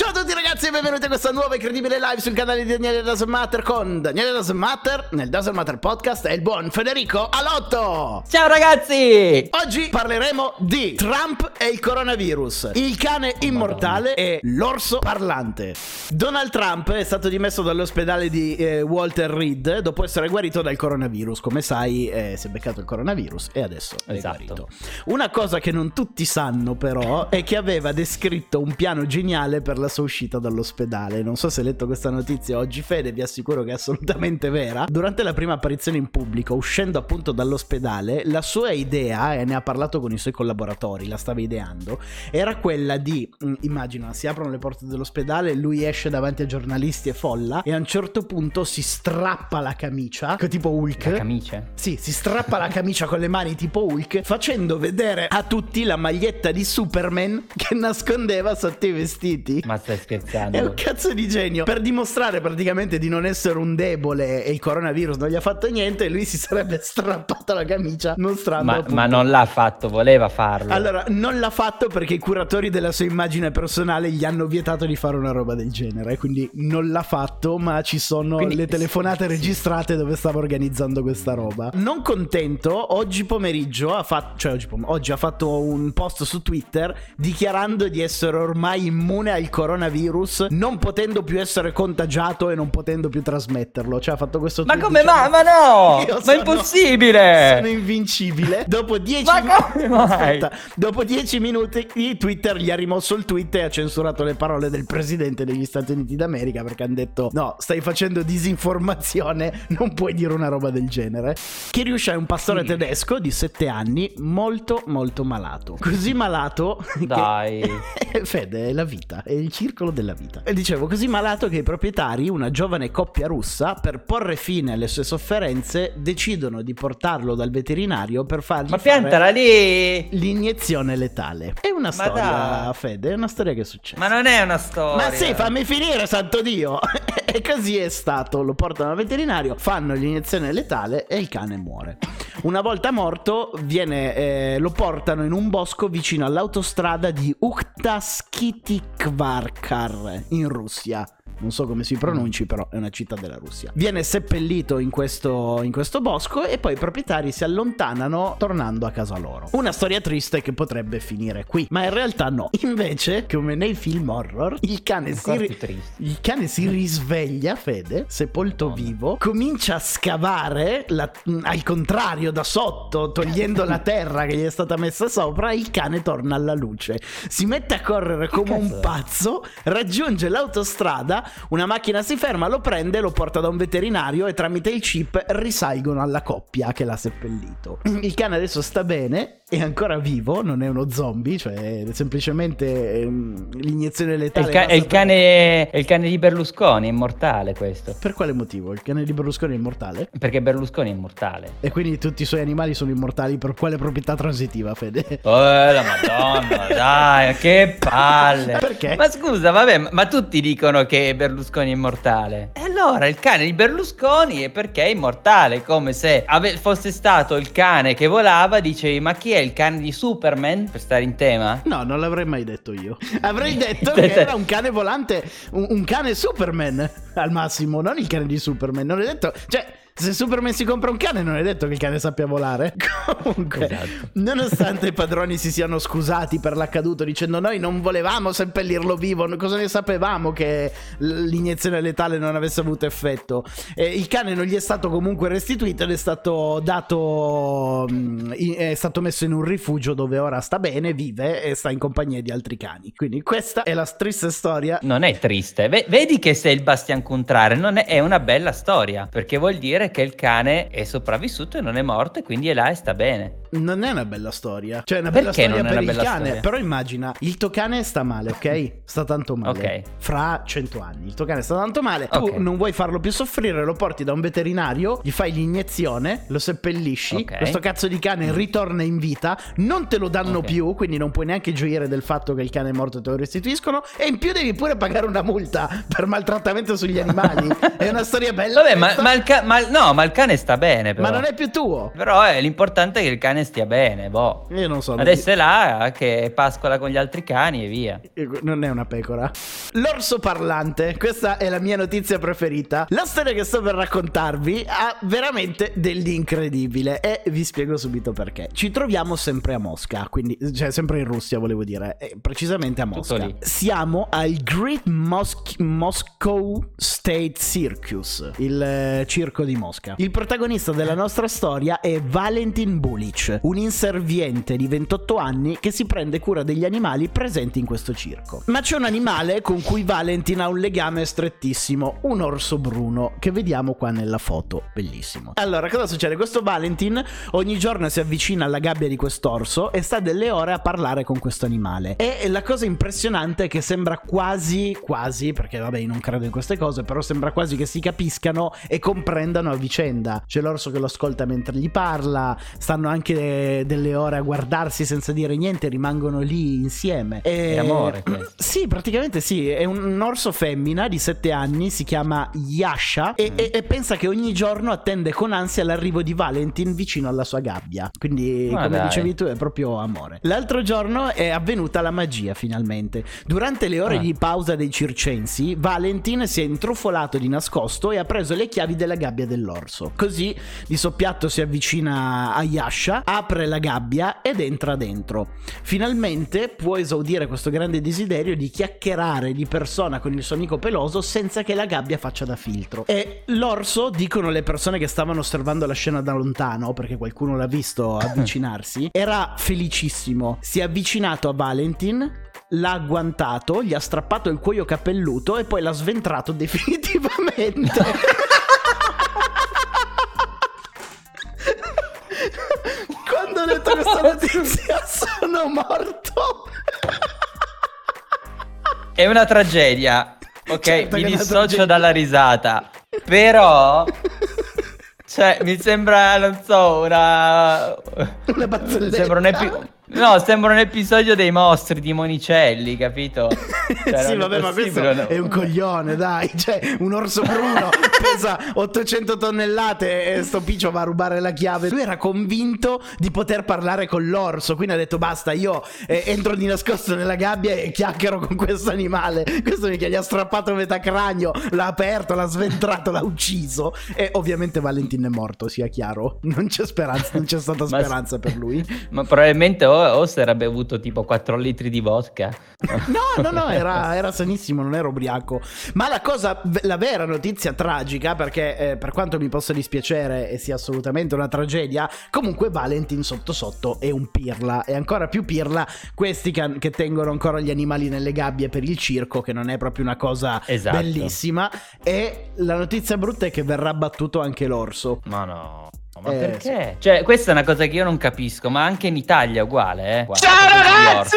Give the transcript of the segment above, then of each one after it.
Ciao a tutti ragazzi e benvenuti a questa nuova incredibile live sul canale di Daniele Doesn't Matter con Daniele Doesn't Matter nel Doesn't Matter Podcast e il buon Federico Alotto. Ciao ragazzi! Oggi parleremo di Trump e il coronavirus, il cane immortale e l'orso parlante. Donald Trump è stato dimesso dall'ospedale di Walter Reed dopo essere guarito dal coronavirus. Come sai si è beccato il coronavirus e adesso è guarito. Una cosa che non tutti sanno però è che aveva descritto un piano geniale per la sua uscita dall'ospedale. Non so se hai letto questa notizia oggi, Fede, vi assicuro che è assolutamente vera. Durante la prima apparizione in pubblico, uscendo appunto dall'ospedale, la sua idea, e ne ha parlato con i suoi collaboratori, la stava ideando, era quella di, immagina, si aprono le porte dell'ospedale, lui esce davanti ai giornalisti e folla e a un certo punto si strappa la camicia, tipo Hulk. La camicia? Sì, si strappa la camicia con le mani tipo Hulk, facendo vedere a tutti la maglietta di Superman che nascondeva sotto i vestiti. Ma stai scherzando? È un cazzo di genio. Per dimostrare praticamente di non essere un debole e il coronavirus non gli ha fatto niente, lui si sarebbe strappato la camicia mostrando ma non l'ha fatto, voleva farlo. Allora, non l'ha fatto perché i curatori della sua immagine personale gli hanno vietato di fare una roba del genere, quindi non l'ha fatto, ma ci sono le telefonate registrate dove stava organizzando questa roba. Non contento, oggi pomeriggio ha fatto, oggi ha fatto un post su Twitter dichiarando di essere ormai immune al coronavirus, non potendo più essere contagiato e non potendo più trasmetterlo. Cioè ha fatto questo tweet. Ma come ma no? Ma è impossibile! Sono invincibile. Dopo 10 dopo 10 minuti Twitter gli ha rimosso il tweet e ha censurato le parole del presidente degli Stati Uniti d'America, perché hanno detto no, stai facendo disinformazione, non puoi dire una roba del genere. Kiriush è un pastore tedesco di 7 anni, molto molto malato. Così malato dai che... Fede, è la vita, è il circolo della vita. E dicevo, così malato che i proprietari, una giovane coppia russa, per porre fine alle sue sofferenze, decidono di portarlo dal veterinario per fargli piantala lì l'iniezione letale. È una storia, Fede, è una storia che succede. Ma non è una storia. Ma sì, fammi finire, santo Dio. E così è stato. Lo portano al veterinario, fanno l'iniezione letale e il cane muore. Una volta morto lo portano in un bosco vicino all'autostrada di Ukhtaskitikvarkar in Russia. Non so come si pronunci, però è una città della Russia. Viene seppellito in questo bosco e poi i proprietari si allontanano tornando a casa loro. Una storia triste che potrebbe finire qui, ma in realtà no. Invece, come nei film horror, il cane si risveglia, Fede, sepolto vivo, comincia a scavare al contrario da sotto, togliendo la terra che gli è stata messa sopra. Il cane torna alla luce, si mette a correre come un pazzo, raggiunge l'autostrada. Una macchina si ferma, lo prende, lo porta da un veterinario e tramite il chip risalgono alla coppia che l'ha seppellito. Il cane adesso sta bene, è ancora vivo, non è uno zombie, cioè semplicemente l'iniezione letale. È il cane di Berlusconi, è immortale questo. Per quale motivo? Il cane di Berlusconi è immortale? Perché Berlusconi è immortale. E quindi tutti i suoi animali sono immortali per quale proprietà transitiva, Fede? Oh la madonna, dai, che palle. Perché? Ma scusa, vabbè, ma tutti dicono che Berlusconi è immortale. E allora il cane di Berlusconi è perché è immortale, come se fosse stato il cane che volava, dicevi ma chi è il cane di Superman, per stare in tema? No, non l'avrei mai detto io. Avrei detto che era un cane volante, un cane Superman al massimo, non il cane di Superman. Non è detto, cioè se Superman si compra un cane non è detto che il cane sappia volare. Comunque, esatto. Nonostante i padroni si siano scusati per l'accaduto dicendo noi non volevamo seppellirlo vivo, cosa ne sapevamo che l'iniezione letale non avesse avuto effetto, il cane non gli è stato comunque restituito ed è stato messo in un rifugio dove ora sta bene, vive e sta in compagnia di altri cani. Quindi questa è la triste storia. Non è triste, vedi che sei il Bastian Contrario, è una bella storia, perché vuol dire che il cane è sopravvissuto e non è morto e quindi è là e sta bene. Non è una bella storia. Cioè è una bella storia per il cane storia? Però immagina, il tuo cane sta male, ok? Sta tanto male, ok. Fra 100 anni il tuo cane sta tanto male, tu non vuoi farlo più soffrire, lo porti da un veterinario, gli fai l'iniezione, lo seppellisci, questo cazzo di cane ritorna in vita, non te lo danno più, quindi non puoi neanche gioire del fatto che il cane è morto e te lo restituiscono, e in più devi pure pagare una multa per maltrattamento sugli animali. È una storia bella. Vabbè, ma No, ma il cane sta bene, però. Ma non è più tuo. Però l'importante è che il cane stia bene, boh. Io non so. Adesso è là che pascola con gli altri cani e via. Non è una pecora. L'orso parlante, questa è la mia notizia preferita. La storia che sto per raccontarvi ha veramente dell'incredibile e vi spiego subito perché. Ci troviamo sempre a Mosca, quindi cioè sempre in Russia volevo dire, precisamente a Mosca. Siamo al Great Moscow State Circus, il circo di Mosca. Il protagonista della nostra storia è Valentin Bulic, un inserviente di 28 anni che si prende cura degli animali presenti in questo circo. Ma c'è un animale con cui Valentin ha un legame strettissimo, un orso bruno che vediamo qua nella foto, bellissimo. Allora, cosa succede? Questo Valentin ogni giorno si avvicina alla gabbia di quest'orso e sta delle ore a parlare con questo animale. E la cosa impressionante è che sembra quasi, perché vabbè io non credo in queste cose, però sembra quasi che si capiscano e comprendano a vicenda. C'è l'orso che lo ascolta mentre gli parla, stanno anche delle ore a guardarsi senza dire niente, rimangono lì insieme. È amore questo. Sì, praticamente sì, è un orso femmina di 7 anni, si chiama Yasha e pensa che ogni giorno attende con ansia l'arrivo di Valentin vicino alla sua gabbia. Quindi come dicevi tu è proprio amore. L'altro giorno è avvenuta la magia finalmente. Durante le ore di pausa dei circensi, Valentin si è intrufolato di nascosto e ha preso le chiavi della gabbia dell'orso. Così di soppiatto si avvicina a Yasha, apre la gabbia ed entra dentro. Finalmente può esaudire questo grande desiderio di chiacchierare di persona con il suo amico peloso senza che la gabbia faccia da filtro. E l'orso, dicono le persone che stavano osservando la scena da lontano, perché qualcuno l'ha visto avvicinarsi, era felicissimo. Si è avvicinato a Valentin, l'ha agguantato, gli ha strappato il cuoio capelluto e poi l'ha sventrato definitivamente. Quando ho letto questa notizia sono morto. È una tragedia. Ok, certo, mi dissocio dalla risata. Però cioè mi sembra, non so, una barzelletta. Sembra un episodio dei mostri di Monicelli, capito? Cioè, sì, vabbè, ma questo è un coglione, dai. Cioè, un orso bruno pesa 800 tonnellate e sto piccio va a rubare la chiave. Lui era convinto di poter parlare con l'orso, quindi ha detto basta, io entro di nascosto nella gabbia e chiacchiero con questo animale. Questo gli ha strappato metà cranio, l'ha aperto, l'ha sventrato, l'ha ucciso. E ovviamente Valentin è morto, sia chiaro. Non c'è speranza, non c'è stata speranza per lui. Ma probabilmente o si era bevuto tipo 4 litri di vodka. No, era sanissimo, non era ubriaco. Ma la vera notizia tragica, perché per quanto mi possa dispiacere e sia assolutamente una tragedia, comunque Valentin sotto sotto è un pirla. E ancora più pirla questi che tengono ancora gli animali nelle gabbie per il circo, che non è proprio una cosa bellissima. E la notizia brutta è che verrà battuto anche l'orso. Ma no. Ma perché? Sì. Cioè, questa è una cosa che io non capisco, ma anche in Italia è uguale, Ciao ragazzi!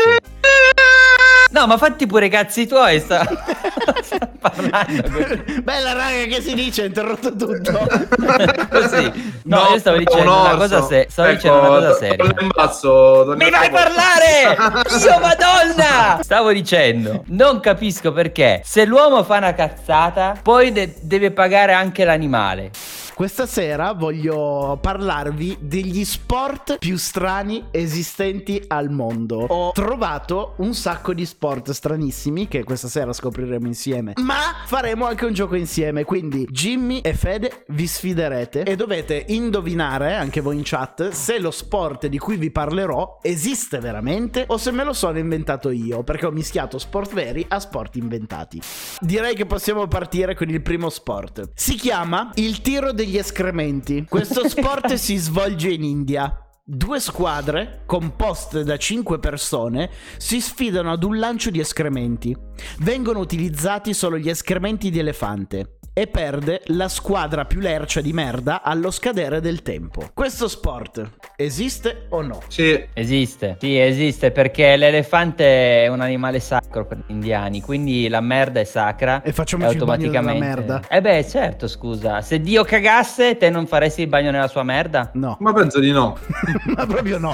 No, ma fatti pure i cazzi tuoi, sta parlando così. Bella raga, che si dice? Interrotto tutto. Così. No, io stavo dicendo una cosa seria. Mi fai parlare! Io madonna! Stavo dicendo, non capisco perché se l'uomo fa una cazzata, poi deve pagare anche l'animale. Questa sera voglio parlarvi degli sport più strani esistenti al mondo. Ho trovato un sacco di sport stranissimi che questa sera scopriremo insieme, ma faremo anche un gioco insieme. Quindi Jimmy e Fede vi sfiderete e dovete indovinare, anche voi in chat, se lo sport di cui vi parlerò esiste veramente o se me lo sono inventato io, perché ho mischiato sport veri a sport inventati. Direi che possiamo partire con il primo sport. Si chiama il tiro degli escrementi. Questo sport si svolge in India. 2 squadre composte da 5 persone si sfidano ad un lancio di escrementi. Vengono utilizzati solo gli escrementi di elefante e perde la squadra più lercia di merda allo scadere del tempo. Questo sport esiste o no? Sì. Esiste perché l'elefante è un animale sacro per gli indiani, quindi la merda è sacra e facciamoci automaticamente il bagno nella merda. Beh, certo, scusa, se Dio cagasse te non faresti il bagno nella sua merda? No. Ma penso di no. Ma proprio no.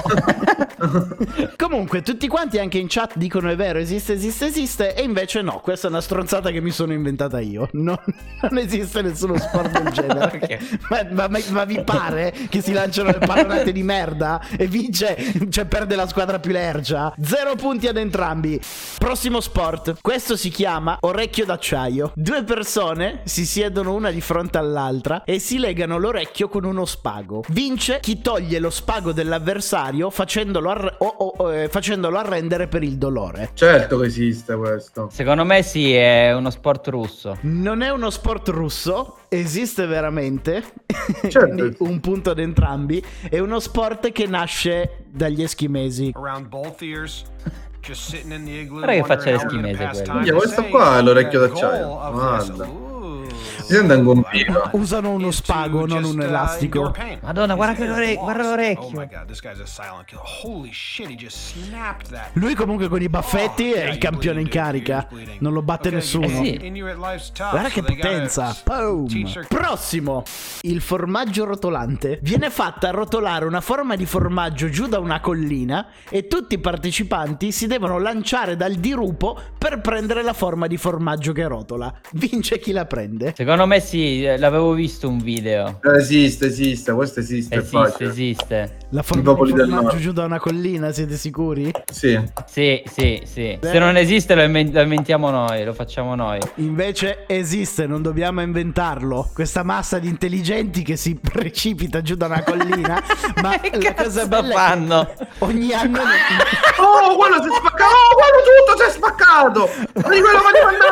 Comunque tutti quanti anche in chat dicono è vero, esiste e invece no, questa è una stronzata che mi sono inventata io. Non esiste nessuno sport del genere. Ok. Ma vi pare che si lanciano le pallonate di merda e vince, cioè perde la squadra più lergia? 0 punti ad entrambi. Prossimo sport. Questo si chiama orecchio d'acciaio. Due persone si siedono una di fronte all'altra e si legano l'orecchio con uno spago. Vince chi toglie lo spago dell'avversario facendolo arrendere per il dolore. Certo che esiste questo. Secondo me sì, è uno sport russo. Non è uno sport russo, esiste veramente. Certo. Quindi un punto ad entrambi. È uno sport che nasce dagli eschimesi. Around both ears. Just sitting in the igloo. Guarda che faccia wondering how we're l'eschimese gonna pass quello. time Minchia, and questo say, qua è l'orecchio the d'acciaio. goal of this, Guarda. ooh, Si sente un gombino. Usano uno is to spago, non just, un elastico. endure pain. Madonna, guarda che His head is guarda lost. l'orecchio. Oh my god, this guy's a silent killer. Holy shit, he just snapped that. Lui comunque con i baffetti è il campione in carica. Non lo batte nessuno. sì. Guarda che potenza. Boom. Prossimo. Il formaggio rotolante. Viene fatta rotolare una forma di formaggio giù da una collina e tutti i partecipanti si devono lanciare dal dirupo per prendere la forma di formaggio che rotola. Vince chi la prende. Secondo me sì, l'avevo visto un video. Esiste, questo esiste. è facile. Esiste. La I forma di popoli del formaggio nord. giù da una collina, siete sicuri? Sì. Sì. Se non esiste lo inventiamo noi, lo facciamo noi. Invece esiste, non dobbiamo inventarlo. Questa massa di intelligenti che si precipita giù da una collina. Ma Che la cosa cazzo bella fanno? è che ogni anno Oh, guarda, si è spaccato. Oh, guarda, tutto si è spaccato. Ma di quello fa andare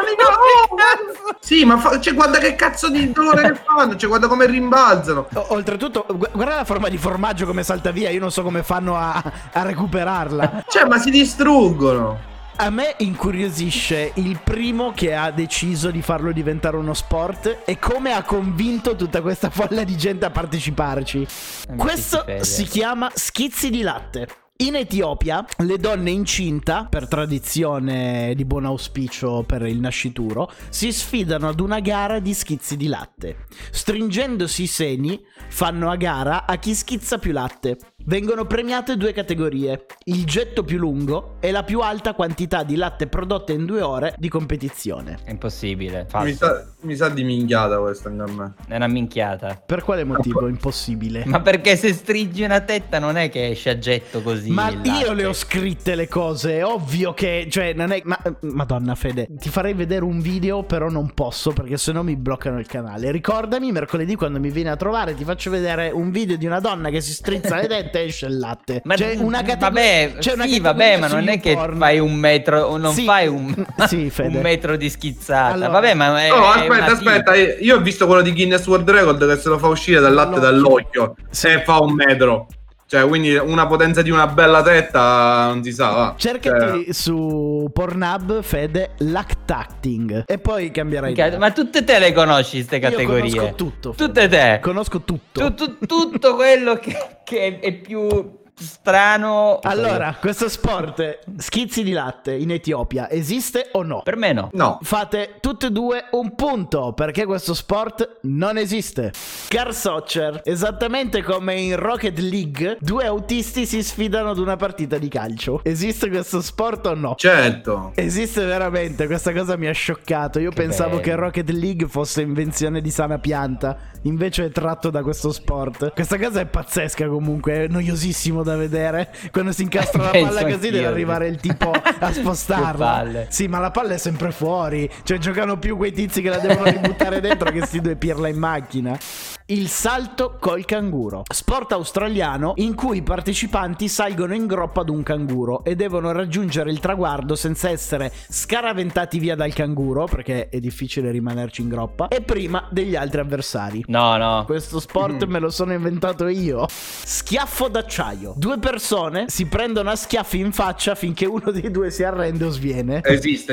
Sì, ma cioè, guarda che cazzo di dolore che fanno. Cioè, guarda come rimbalzano. oltretutto, guarda la forma di formaggio come salta via. Io non so come fanno a recuperarla. Cioè, ma si distruggono. A me incuriosisce il primo che ha deciso di farlo diventare uno sport e come ha convinto tutta questa folla di gente a parteciparci. Questo si chiama schizzi di latte. In Etiopia le donne incinta, per tradizione di buon auspicio per il nascituro, si sfidano ad una gara di schizzi di latte. Stringendosi i seni fanno a gara a chi schizza più latte. Vengono premiate 2 categorie: il getto più lungo e la più alta quantità di latte prodotta in 2 ore di competizione. È impossibile. Mi sa di minchiata questa a me. È una minchiata. Per quale motivo? Impossibile. Ma perché se stringi una tetta non è che esce a getto così. Ma il io latte. le ho scritte le cose, è ovvio che, cioè, non è... Madonna Fede, ti farei vedere un video, però non posso perché sennò mi bloccano il canale. Ricordami, mercoledì quando mi vieni a trovare ti faccio vedere un video di una donna che si strizza le dette e esce il latte. Ma c'è una vabbè, c'è una sì, categoria vabbè, ma su non è che YouPorn. fai un metro, non Sì, fai un, sì, Fede. un metro di schizzata. Allora- Vabbè, ma è, No, è una aspetta, io ho visto quello di Guinness World Record che se lo fa uscire dal latte dall'occhio. Se fa 1 metro. Cioè, quindi una potenza di una bella tetta non si sa, va. Cercati su Pornhub, Fede, lactating e poi cambierai idea. Ma tutte te le conosci queste Io categorie? conosco tutto, Fede. Tutte te. Conosco tutto. Tutto quello che è più strano. Allora, questo sport, schizzi di latte in Etiopia, esiste o no? Per me no. No. Fate tutte e due un punto, perché questo sport non esiste. Car Soccer, esattamente come in Rocket League, 2 autisti si sfidano ad una partita di calcio. Esiste questo sport o no? Certo. Esiste veramente, questa cosa mi ha scioccato. Io pensavo bello. che Rocket League fosse invenzione di sana pianta, invece è tratto da questo sport. Questa cosa è pazzesca comunque, è noiosissimo da vedere. Quando si incastra la Penso palla così anch'io. deve arrivare il tipo a Che spostarla. palle. Sì, ma la palla è sempre fuori. Cioè giocano più quei tizi che la devono ributtare dentro che sti 2 pirla in macchina. Il salto col canguro, sport australiano in cui i partecipanti salgono in groppa ad un canguro e devono raggiungere il traguardo senza essere scaraventati via dal canguro, perché è difficile rimanerci in groppa, e prima degli altri avversari. No. Questo sport me lo sono inventato io. Schiaffo d'acciaio. 2 persone si prendono a schiaffi in faccia finché uno dei 2 si arrende o sviene. Esiste.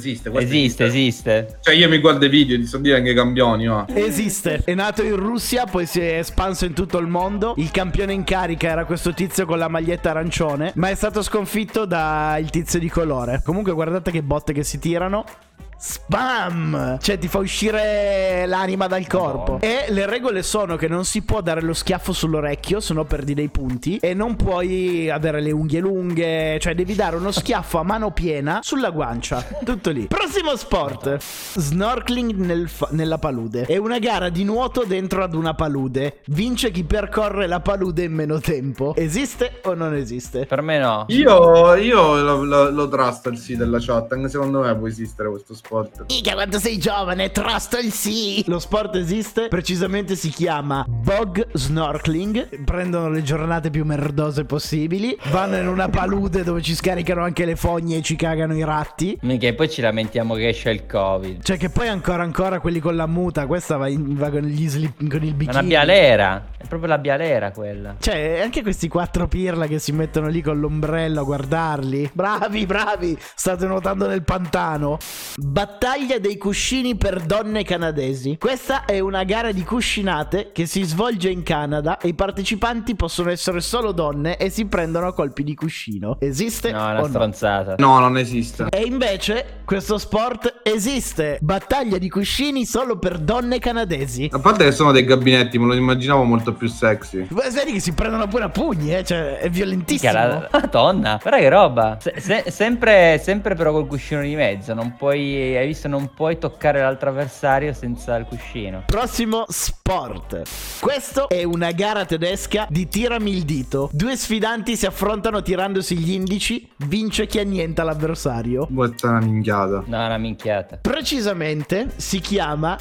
Questo Esiste. Cioè, io mi guardo i video di so dire anche i campioni, va. Esiste, è nato in Russia, poi si è espanso in tutto il mondo. Il campione in carica era questo tizio con la maglietta arancione, ma è stato sconfitto dal tizio di colore. Comunque guardate che botte che si tirano. Spam! Cioè ti fa uscire l'anima dal corpo. E le regole sono che non si può dare lo schiaffo sull'orecchio, sennò perdi dei punti. E non puoi avere le unghie lunghe. Cioè devi dare uno schiaffo a mano piena sulla guancia. Tutto lì. Prossimo sport. Snorkeling nella palude. È una gara di nuoto dentro ad una palude. Vince chi percorre la palude in meno tempo. Esiste o non esiste? Per me no. Io lo trusto il sì della chat. Anche secondo me può esistere questo sport. Mica quando sei giovane, trusto il sì. Lo sport esiste, precisamente si chiama bog snorkeling. Prendono le giornate più merdose possibili, vanno in una palude dove ci scaricano anche le fogne e ci cagano i ratti. Mica, e poi ci lamentiamo che esce il Covid. Cioè che poi ancora quelli con la muta. Questa va con gli slip, con il bikini. Una bialera. È proprio la bialera quella. Cioè anche questi 4 pirla che si mettono lì con l'ombrello a guardarli. Bravi, state nuotando nel pantano. Battaglia dei cuscini per donne canadesi. Questa è una gara di cuscinate che si svolge in Canada e i partecipanti possono essere solo donne e si prendono a colpi di cuscino. Esiste? No, è una o stronzata. No, non esiste. E invece questo sport esiste. Battaglia di cuscini solo per donne canadesi. A parte che sono dei gabinetti, me lo immaginavo molto più sexy. Vedi che si prendono pure a pugni, cioè è violentissimo. La Madonna, guarda che roba. Sempre però col cuscino di mezzo. Non puoi, hai visto, non puoi toccare l'altro avversario senza il cuscino. Prossimo sport. Questo è una gara tedesca di tirami il dito. 2 sfidanti si affrontano tirandosi gli indici. Vince chi annienta l'avversario. Questa è una minchiata. No, una minchiata. Precisamente si chiama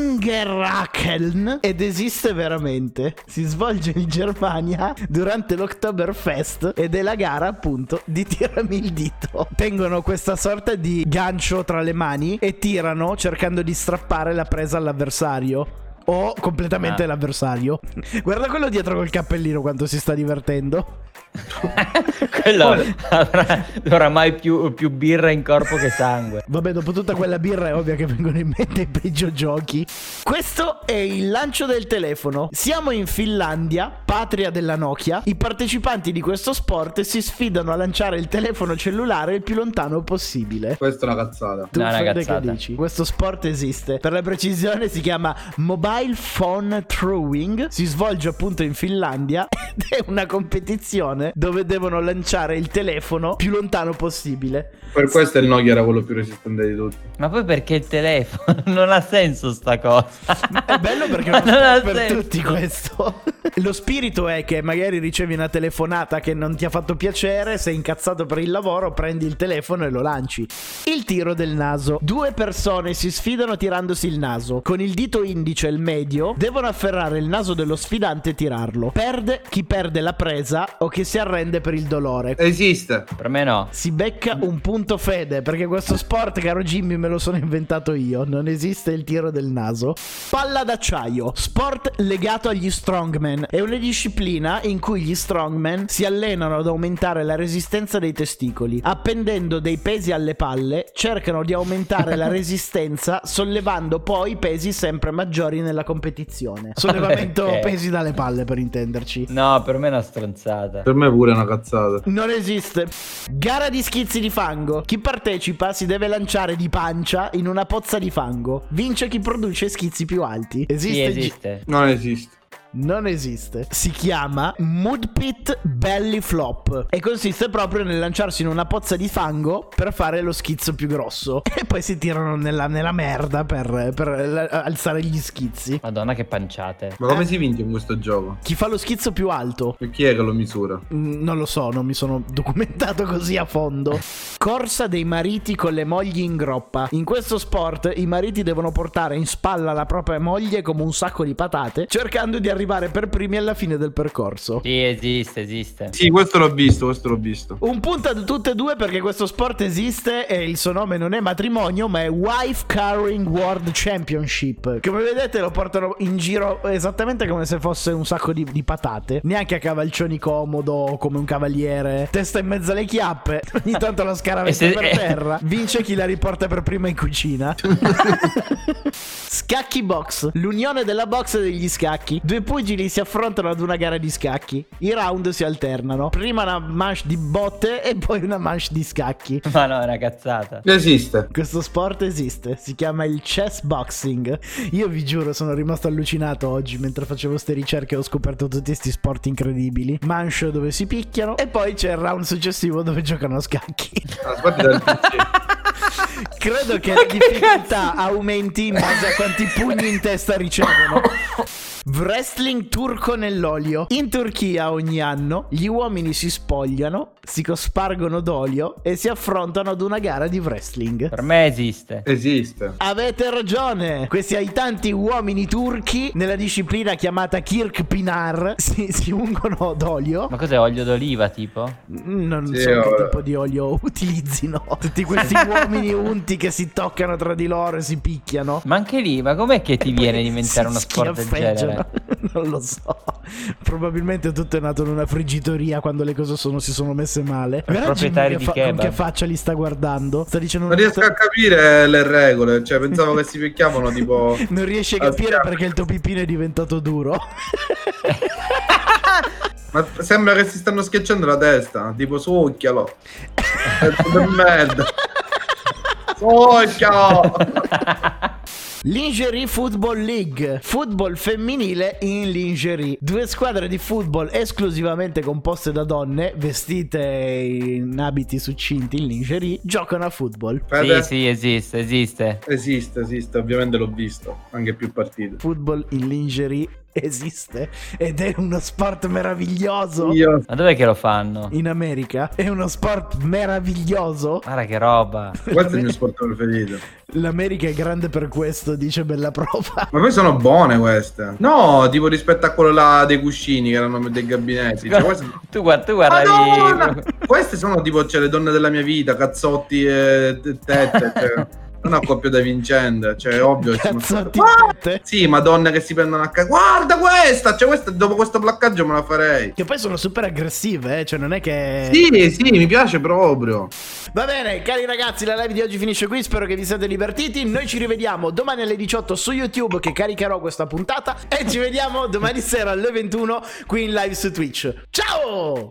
Fingerhakeln ed esiste veramente. Si svolge in Germania durante l'Oktoberfest ed è la gara appunto di tirami il dito. Tengono questa sorta di gancio tra le mani e tirano cercando di strappare la presa all'avversario o completamente l'avversario. Guarda quello dietro col cappellino quanto si sta divertendo. Quello avrà mai più birra in corpo che sangue. Vabbè, dopo tutta quella birra è ovvio che vengono in mente i peggio giochi. Questo è il lancio del telefono. Siamo in Finlandia, patria della Nokia. I partecipanti di questo sport si sfidano a lanciare il telefono cellulare il più lontano possibile. Questa è una cazzata. Tu No, è una Fede, cazzata. che dici? Questo sport esiste. Per la precisione si chiama Mobile Phone Throwing. Si svolge appunto in Finlandia ed è una competizione dove devono lanciare il telefono più lontano possibile. Per questo il Nokia era quello più resistente di tutti. Ma poi perché il telefono? Non ha senso sta cosa. È bello perché è uno Non ha sport per senso. tutti questo. Lo spirito è che magari ricevi una telefonata che non ti ha fatto piacere, sei incazzato per il lavoro, prendi il telefono e lo lanci. Il tiro del naso. 2 persone si sfidano tirandosi il naso. Con il dito indice e il medio devono afferrare il naso dello sfidante e tirarlo. Perde chi perde la presa o che si arrende per il dolore. Esiste. Per me no. Si becca un punto Fede, perché questo sport, caro Jimmy, me lo sono inventato io. Non esiste il tiro del naso. Palla d'acciaio. Sport legato agli strongman. È una disciplina in cui gli strongman si allenano ad aumentare la resistenza dei testicoli. Appendendo dei pesi alle palle, cercano di aumentare la resistenza, sollevando poi pesi sempre maggiori nella competizione. Sollevamento Ok. pesi dalle palle, per intenderci. No, per me è una stronzata. Per me pure è una cazzata. Non esiste. Gara di schizzi di fango. Chi partecipa si deve lanciare di pancia in una pozza di fango. Vince chi produce schizzi più alti. Esiste? Sì, esiste. Non esiste. Non esiste. Si chiama Mudpit Belly Flop e consiste proprio nel lanciarsi in una pozza di fango per fare lo schizzo più grosso e poi si tirano nella merda per alzare gli schizzi. Madonna che panciate. Ma come si vince in questo gioco? Chi fa lo schizzo più alto? E chi è che lo misura? Non lo so, non mi sono documentato così a fondo. Corsa dei mariti con le mogli in groppa. In questo sport i mariti devono portare in spalla la propria moglie come un sacco di patate, cercando di arrivare per primi alla fine del percorso. Sì, esiste. Sì, questo l'ho visto. Un punto ad tutte e due perché questo sport esiste e il suo nome non è matrimonio ma è Wife Carrying World Championship. Come vedete lo portano in giro esattamente come se fosse un sacco di patate. Neanche a cavalcioni comodo come un cavaliere. Testa in mezzo alle chiappe. Ogni tanto la scaraventa per terra. Vince chi la riporta per prima in cucina. Scacchi box. L'unione della box e degli scacchi. 2 pugili si affrontano ad una gara di scacchi. I round si alternano. Prima una manche di botte e poi una manche di scacchi. Ma no, è una cazzata. Esiste. Questo sport esiste, si chiama il chess boxing. Io vi giuro, sono rimasto allucinato oggi mentre facevo ste ricerche. Ho scoperto tutti questi sport incredibili. Manche dove si picchiano e poi c'è il round successivo dove giocano a scacchi. Aspetti dal PC. Credo che la difficoltà aumenti in base a quanti pugni in testa ricevono. Wrestling turco nell'olio. In Turchia ogni anno gli uomini si spogliano, si cospargono d'olio e si affrontano ad una gara di wrestling. Per me esiste. Esiste. Avete ragione. Questi aitanti uomini turchi nella disciplina chiamata Kirkpinar si ungono d'olio. Ma cos'è, olio d'oliva tipo? Non Sì, so che ora. tipo di olio utilizzino. Tutti questi uomini unti che si toccano tra di loro e si picchiano. Ma anche lì, ma com'è che ti viene di inventare Si uno sport del schiaffeggiano. genere? Non lo so. Probabilmente tutto è nato in una friggitoria quando le cose si sono messe male. Guarda proprietari Jimmy di con kebab. che faccia li sta guardando. Sta dicendo Non riesco a capire le regole. Cioè, pensavo che si picchiavano tipo. non riesci a capire perché il tuo pipino è diventato duro. Ma sembra che si stanno schiacciando la testa. Tipo, succhialo. Pezzo di merda. Succhialo. Lingerie Football League, football femminile in lingerie. 2 squadre di football esclusivamente composte da donne, vestite in abiti succinti in lingerie, giocano a football. Fede? Sì, esiste. Esiste, ovviamente l'ho visto. Anche più partite. Football in lingerie esiste ed è uno sport meraviglioso. Io. Ma dov'è che lo fanno? In America è uno sport meraviglioso. Guarda che roba. Questo è il mio sport preferito. L'America è grande per questo, dice Bella Prova. Ma poi sono buone queste. No, tipo rispetto a quello là dei cuscini che erano dei gabinetti. Cioè, queste... Tu guardavi. Madonna! Queste sono tipo le donne della mia vita, cazzotti e tette. Cioè, una coppia da vincente. Cioè, è ovvio che sono Cazzotti Ah! tette. Sì, ma donne che si prendono a casa. Guarda questa! Cioè, questa, dopo questo placcaggio me la farei. Che poi sono super aggressive, cioè non è che... Sì, mi piace proprio. Va bene, cari ragazzi, la live di oggi finisce qui, spero che vi siate divertiti. Noi ci rivediamo domani alle 18 su YouTube, che caricherò questa puntata, e ci vediamo domani sera alle 21 qui in live su Twitch. Ciao!